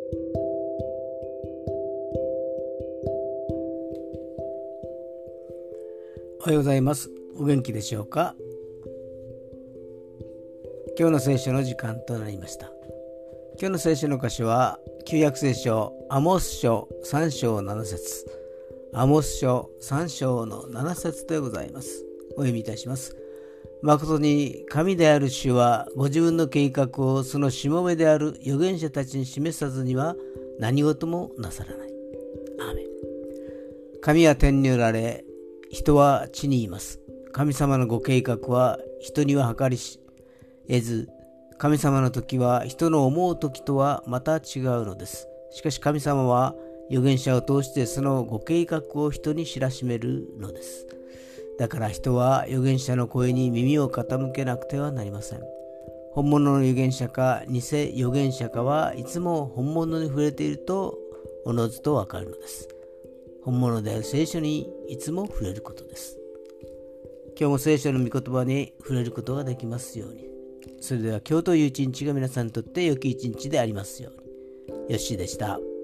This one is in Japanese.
おはようございます。お元気でしょうか。今日の聖書の時間となりました。今日の聖書の箇所は旧約聖書アモス書3章7節、アモス書3章の7節でございます。お読みいたします。誠に神である主はご自分の計画をそのしもべである預言者たちに示さずには何事もなさらない。アーメン。神は天におられ、人は地にいます。神様のご計画は人には計り知れず、神様の時は人の思う時とはまた違うのです。しかし神様は預言者を通してそのご計画を人に知らしめるのです。だから人は預言者の声に耳を傾けなくてはなりません。本物の預言者か偽預言者かはいつも本物に触れているとおのずとわかるのです。本物である聖書にいつも触れることです。今日も聖書の御言葉に触れることができますように。それでは今日という一日が皆さんにとって良き一日でありますように。よっしーでした。